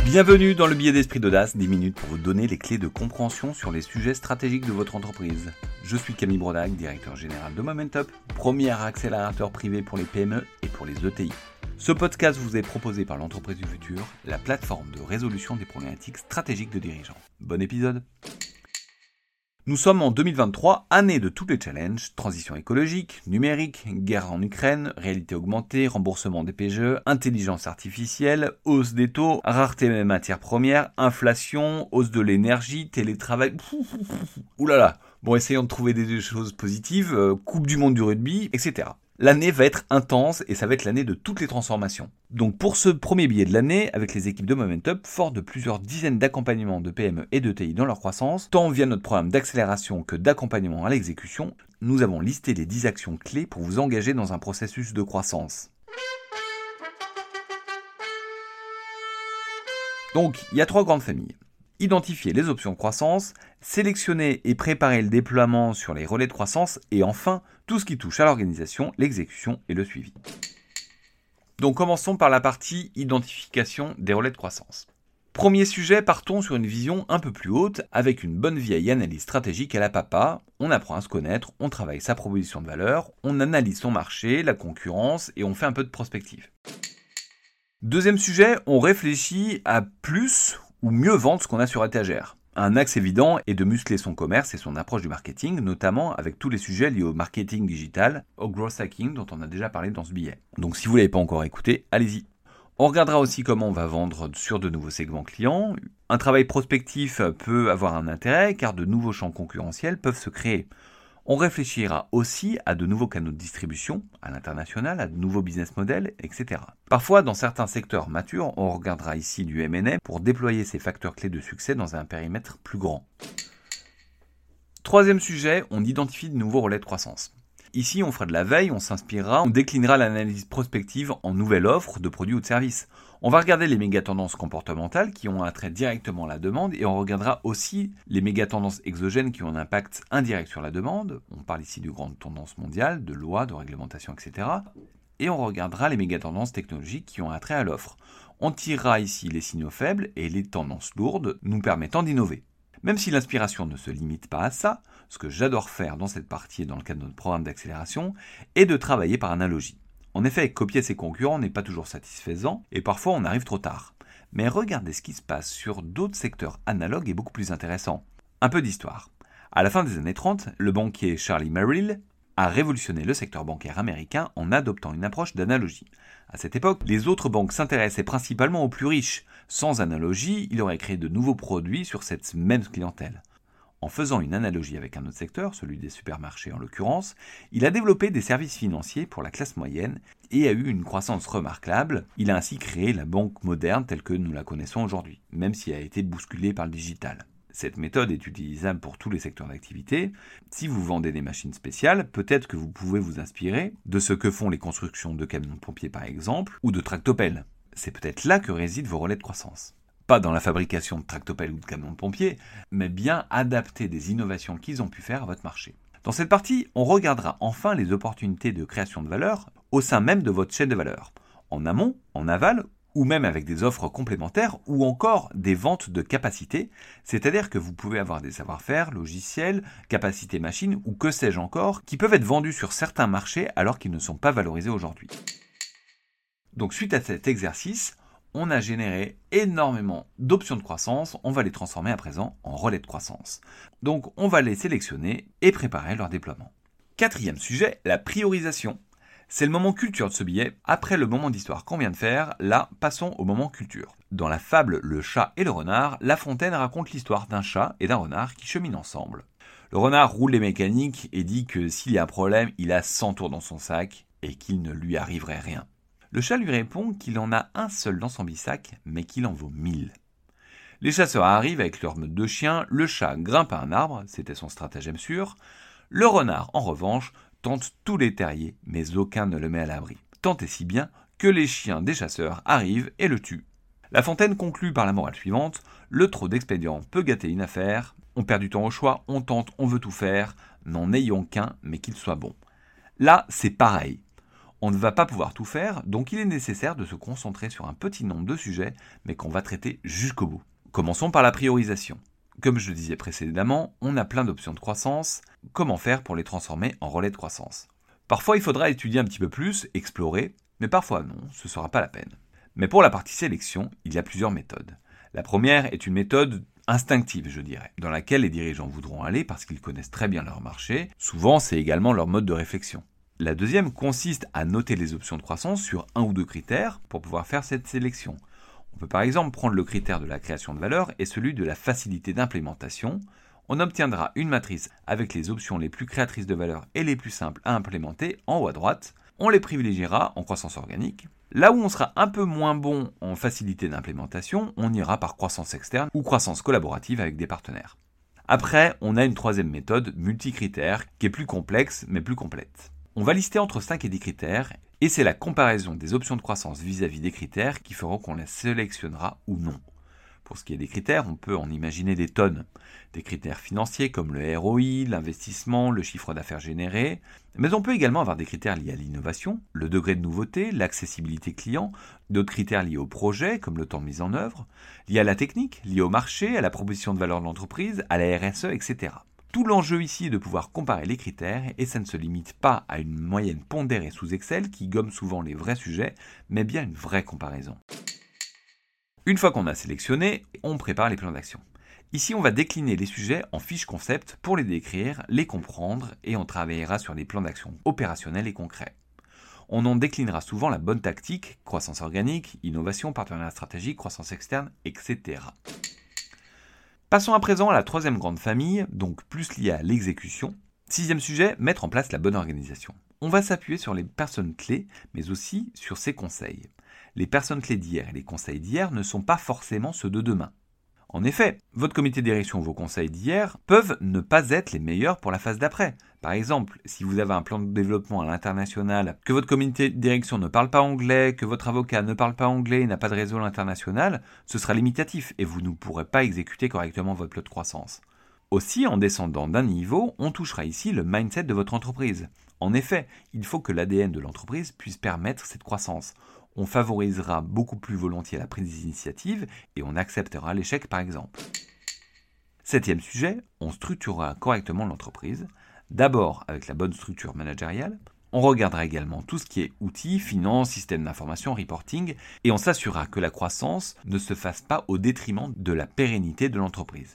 Bienvenue dans le billet d'esprit d'audace, 10 minutes pour vous donner les clés de compréhension sur les sujets stratégiques de votre entreprise. Je suis Camille Brodac, directeur général de Momentup, premier accélérateur privé pour les PME et pour les ETI. Ce podcast vous est proposé par l'entreprise du futur, la plateforme de résolution des problématiques stratégiques de dirigeants. Bon épisode. Nous sommes en 2023, année de tous les challenges, transition écologique, numérique, guerre en Ukraine, réalité augmentée, remboursement des PGE, intelligence artificielle, hausse des taux, rareté des matières premières, inflation, hausse de l'énergie, télétravail. Oulala. Bon, essayons de trouver des choses positives, Coupe du monde du rugby, etc. L'année va être intense et ça va être l'année de toutes les transformations. Donc pour ce premier billet de l'année, avec les équipes de Momentup, fort de plusieurs dizaines d'accompagnements de PME et d'ETI dans leur croissance, tant via notre programme d'accélération que d'accompagnement à l'exécution, nous avons listé les 10 actions clés pour vous engager dans un processus de croissance. Donc, il y a 3 grandes familles. Identifier les options de croissance, sélectionner et préparer le déploiement sur les relais de croissance et enfin, tout ce qui touche à l'organisation, l'exécution et le suivi. Donc commençons par la partie identification des relais de croissance. Premier sujet, partons sur une vision un peu plus haute avec une bonne vieille analyse stratégique à la papa. On apprend à se connaître, on travaille sa proposition de valeur, on analyse son marché, la concurrence et on fait un peu de prospective. Deuxième sujet, on réfléchit à plus ou mieux vendre ce qu'on a sur étagère. Un axe évident est de muscler son commerce et son approche du marketing, notamment avec tous les sujets liés au marketing digital, au growth hacking dont on a déjà parlé dans ce billet. Donc si vous ne l'avez pas encore écouté, allez-y. On regardera aussi comment on va vendre sur de nouveaux segments clients. Un travail prospectif peut avoir un intérêt car de nouveaux champs concurrentiels peuvent se créer. On réfléchira aussi à de nouveaux canaux de distribution, à l'international, à de nouveaux business models, etc. Parfois, dans certains secteurs matures, on regardera ici du M&A pour déployer ces facteurs clés de succès dans un périmètre plus grand. Troisième sujet, on identifie de nouveaux relais de croissance. Ici, on fera de la veille, on s'inspirera, on déclinera l'analyse prospective en nouvelles offres de produits ou de services. On va regarder les méga-tendances comportementales qui ont un trait directement à la demande et on regardera aussi les méga-tendances exogènes qui ont un impact indirect sur la demande. On parle ici de grandes tendances mondiales, de lois, de réglementations, etc. Et on regardera les méga-tendances technologiques qui ont un trait à l'offre. On tirera ici les signaux faibles et les tendances lourdes nous permettant d'innover. Même si l'inspiration ne se limite pas à ça, ce que j'adore faire dans cette partie et dans le cadre de notre programme d'accélération est de travailler par analogie. En effet, copier ses concurrents n'est pas toujours satisfaisant et parfois on arrive trop tard. Mais regardez ce qui se passe sur d'autres secteurs analogues est beaucoup plus intéressant. Un peu d'histoire. À la fin des années 30, le banquier Charlie Merrill a révolutionné le secteur bancaire américain en adoptant une approche d'analogie. À cette époque, les autres banques s'intéressaient principalement aux plus riches. Sans analogie, il aurait créé de nouveaux produits sur cette même clientèle. En faisant une analogie avec un autre secteur, celui des supermarchés en l'occurrence, il a développé des services financiers pour la classe moyenne et a eu une croissance remarquable. Il a ainsi créé la banque moderne telle que nous la connaissons aujourd'hui, même si elle a été bousculée par le digital. Cette méthode est utilisable pour tous les secteurs d'activité. Si vous vendez des machines spéciales, peut-être que vous pouvez vous inspirer de ce que font les constructions de camions-pompiers par exemple, ou de tractopelles. C'est peut-être là que résident vos relais de croissance. Pas dans la fabrication de tractopelles ou de camions-pompiers, mais bien adapter des innovations qu'ils ont pu faire à votre marché. Dans cette partie, on regardera enfin les opportunités de création de valeur au sein même de votre chaîne de valeur, en amont, en aval, ou même avec des offres complémentaires, ou encore des ventes de capacités, c'est-à-dire que vous pouvez avoir des savoir-faire, logiciels, capacités machines, ou que sais-je encore, qui peuvent être vendus sur certains marchés alors qu'ils ne sont pas valorisés aujourd'hui. Donc suite à cet exercice, on a généré énormément d'options de croissance, on va les transformer à présent en relais de croissance. Donc on va les sélectionner et préparer leur déploiement. Quatrième sujet, la priorisation. C'est le moment culture de ce billet. Après le moment d'histoire qu'on vient de faire, là, passons au moment culture. Dans la fable Le chat et le renard, La Fontaine raconte l'histoire d'un chat et d'un renard qui cheminent ensemble. Le renard roule les mécaniques et dit que s'il y a un problème, il a 100 tours dans son sac et qu'il ne lui arriverait rien. Le chat lui répond qu'il en a un seul dans son bissac, mais qu'il en vaut 1000. Les chasseurs arrivent avec leur meute de chiens, le chat grimpe à un arbre, c'était son stratagème sûr. Le renard, en revanche, tente tous les terriers, mais aucun ne le met à l'abri. Tant et si bien que les chiens des chasseurs arrivent et le tuent. La Fontaine conclut par la morale suivante, le trop d'expédients peut gâter une affaire, on perd du temps au choix, on tente, on veut tout faire, n'en ayons qu'un, mais qu'il soit bon. Là, c'est pareil. On ne va pas pouvoir tout faire, donc il est nécessaire de se concentrer sur un petit nombre de sujets, mais qu'on va traiter jusqu'au bout. Commençons par la priorisation. Comme je le disais précédemment, on a plein d'options de croissance. Comment faire pour les transformer en relais de croissance ? Parfois, il faudra étudier un petit peu plus, explorer, mais parfois non, ce ne sera pas la peine. Mais pour la partie sélection, il y a plusieurs méthodes. La première est une méthode instinctive, je dirais, dans laquelle les dirigeants voudront aller parce qu'ils connaissent très bien leur marché. Souvent, c'est également leur mode de réflexion. La deuxième consiste à noter les options de croissance sur 1 ou 2 critères pour pouvoir faire cette sélection. On peut par exemple prendre le critère de la création de valeur et celui de la facilité d'implémentation. On obtiendra une matrice avec les options les plus créatrices de valeur et les plus simples à implémenter en haut à droite. On les privilégiera en croissance organique. Là où on sera un peu moins bon en facilité d'implémentation, on ira par croissance externe ou croissance collaborative avec des partenaires. Après, on a une troisième méthode multicritère qui est plus complexe mais plus complète. On va lister entre 5 et 10 critères et c'est la comparaison des options de croissance vis-à-vis des critères qui feront qu'on les sélectionnera ou non. Pour ce qui est des critères, on peut en imaginer des tonnes. Des critères financiers comme le ROI, l'investissement, le chiffre d'affaires généré. Mais on peut également avoir des critères liés à l'innovation, le degré de nouveauté, l'accessibilité client, d'autres critères liés au projet comme le temps de mise en œuvre, liés à la technique, liés au marché, à la proposition de valeur de l'entreprise, à la RSE, etc. Tout l'enjeu ici est de pouvoir comparer les critères et ça ne se limite pas à une moyenne pondérée sous Excel qui gomme souvent les vrais sujets, mais bien une vraie comparaison. Une fois qu'on a sélectionné, on prépare les plans d'action. Ici, on va décliner les sujets en fiches concept pour les décrire, les comprendre et on travaillera sur des plans d'action opérationnels et concrets. On en déclinera souvent la bonne tactique, croissance organique, innovation, partenariat stratégique, croissance externe, etc. Passons à présent à la troisième grande famille, donc plus liée à l'exécution. Sixième sujet, mettre en place la bonne organisation. On va s'appuyer sur les personnes clés, mais aussi sur ses conseils. Les personnes clés d'hier et les conseils d'hier ne sont pas forcément ceux de demain. En effet, votre comité de direction ou vos conseils d'hier peuvent ne pas être les meilleurs pour la phase d'après. Par exemple, si vous avez un plan de développement à l'international, que votre comité de direction ne parle pas anglais, que votre avocat ne parle pas anglais et n'a pas de réseau à l'international, ce sera limitatif et vous ne pourrez pas exécuter correctement votre plan de croissance. Aussi, en descendant d'un niveau, on touchera ici le mindset de votre entreprise. En effet, il faut que l'ADN de l'entreprise puisse permettre cette croissance. On favorisera beaucoup plus volontiers la prise d'initiative et on acceptera l'échec par exemple. Septième sujet, on structurera correctement l'entreprise. D'abord avec la bonne structure managériale. On regardera également tout ce qui est outils, finances, systèmes d'information, reporting et on s'assurera que la croissance ne se fasse pas au détriment de la pérennité de l'entreprise.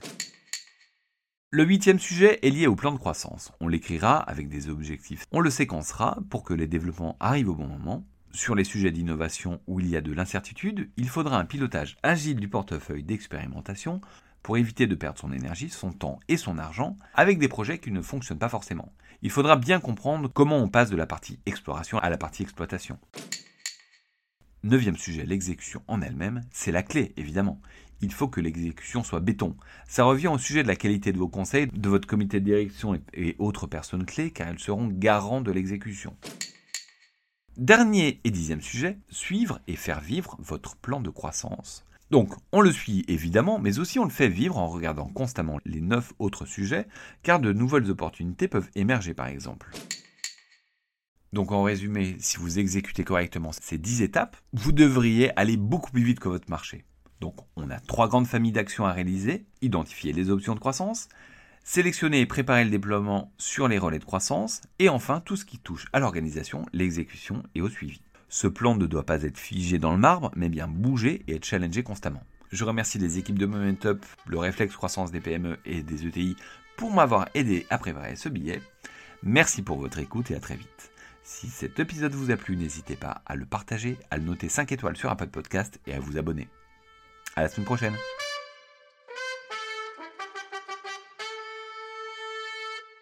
Le huitième sujet est lié au plan de croissance. On l'écrira avec des objectifs. On le séquencera pour que les développements arrivent au bon moment. Sur les sujets d'innovation où il y a de l'incertitude, il faudra un pilotage agile du portefeuille d'expérimentation pour éviter de perdre son énergie, son temps et son argent avec des projets qui ne fonctionnent pas forcément. Il faudra bien comprendre comment on passe de la partie exploration à la partie exploitation. Neuvième sujet, l'exécution en elle-même, c'est la clé évidemment. Il faut que l'exécution soit béton. Ça revient au sujet de la qualité de vos conseils, de votre comité de direction et autres personnes clés car elles seront garants de l'exécution. Dernier et dixième sujet, suivre et faire vivre votre plan de croissance. Donc, on le suit évidemment, mais aussi on le fait vivre en regardant constamment les 9 autres sujets, car de nouvelles opportunités peuvent émerger par exemple. Donc en résumé, si vous exécutez correctement ces 10 étapes, vous devriez aller beaucoup plus vite que votre marché. Donc on a 3 grandes familles d'actions à réaliser, identifier les options de croissance, sélectionner et préparer le déploiement sur les relais de croissance, et enfin tout ce qui touche à l'organisation, l'exécution et au suivi. Ce plan ne doit pas être figé dans le marbre, mais bien bouger et être challengé constamment. Je remercie les équipes de Momentup, le réflexe croissance des PME et des ETI pour m'avoir aidé à préparer ce billet. Merci pour votre écoute et à très vite. Si cet épisode vous a plu, n'hésitez pas à le partager, à le noter 5 étoiles sur Apple Podcast et à vous abonner. À la semaine prochaine.